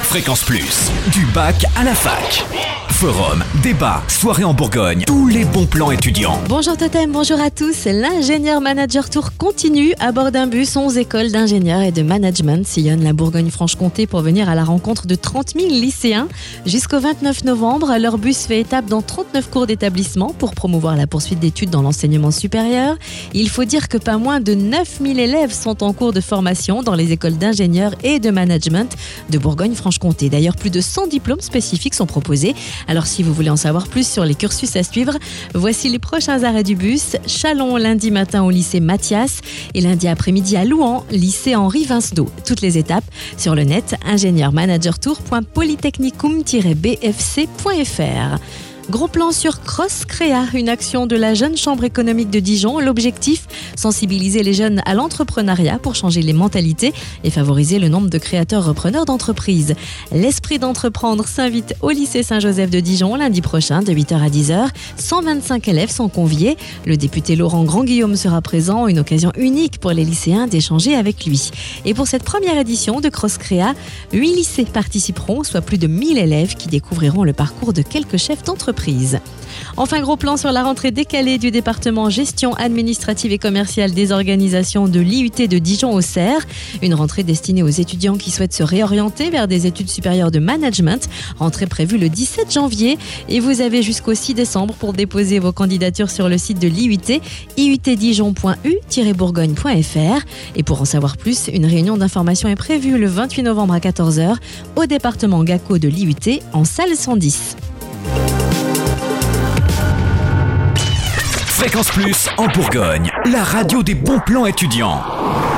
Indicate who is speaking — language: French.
Speaker 1: Fréquence Plus, du bac à la fac. Forum, débat, soirée en Bourgogne, tous les bons plans étudiants.
Speaker 2: Bonjour Totem, bonjour à tous. L'ingénieur manager tour continue. À bord d'un bus, 11 écoles d'ingénieurs et de management sillonnent la Bourgogne-Franche-Comté pour venir à la rencontre de 30 000 lycéens. Jusqu'au 29 novembre, leur bus fait étape dans 39 cours d'établissement pour promouvoir la poursuite d'études dans l'enseignement supérieur. Il faut dire que pas moins de 9 000 élèves sont en cours de formation dans les écoles d'ingénieurs et de management de Bourgogne-Franche-Comté. D'ailleurs, plus de 100 diplômes spécifiques sont proposés. Alors si vous voulez en savoir plus sur les cursus à suivre, voici les prochains arrêts du bus. Chalon lundi matin au lycée Mathias et lundi après-midi à Louhans, lycée Henri Vincedo. Toutes les étapes sur le net ingénieur-manager-tour.polytechnicum-bfc.fr. Gros plan sur Cross Créa, une action de la Jeune Chambre économique de Dijon. L'objectif, sensibiliser les jeunes à l'entrepreneuriat pour changer les mentalités et favoriser le nombre de créateurs repreneurs d'entreprises. L'esprit d'entreprendre s'invite au lycée Saint-Joseph de Dijon lundi prochain de 8h à 10h. 125 élèves sont conviés. Le député Laurent Grand-Guillaume sera présent, une occasion unique pour les lycéens d'échanger avec lui. Et pour cette première édition de Cross Créa, 8 lycées participeront, soit plus de 1000 élèves qui découvriront le parcours de quelques chefs d'entreprise. Enfin, gros plan sur la rentrée décalée du département gestion administrative et commerciale des organisations de l'IUT de Dijon-Auxerre. Une rentrée destinée aux étudiants qui souhaitent se réorienter vers des études supérieures de management. Rentrée prévue le 17 janvier et vous avez jusqu'au 6 décembre pour déposer vos candidatures sur le site de l'IUT, iutdijon.u-bourgogne.fr. Et pour en savoir plus, une réunion d'information est prévue le 28 novembre à 14h au département GACO de l'IUT en salle 110.
Speaker 1: Fréquence Plus en Bourgogne, la radio des bons plans étudiants.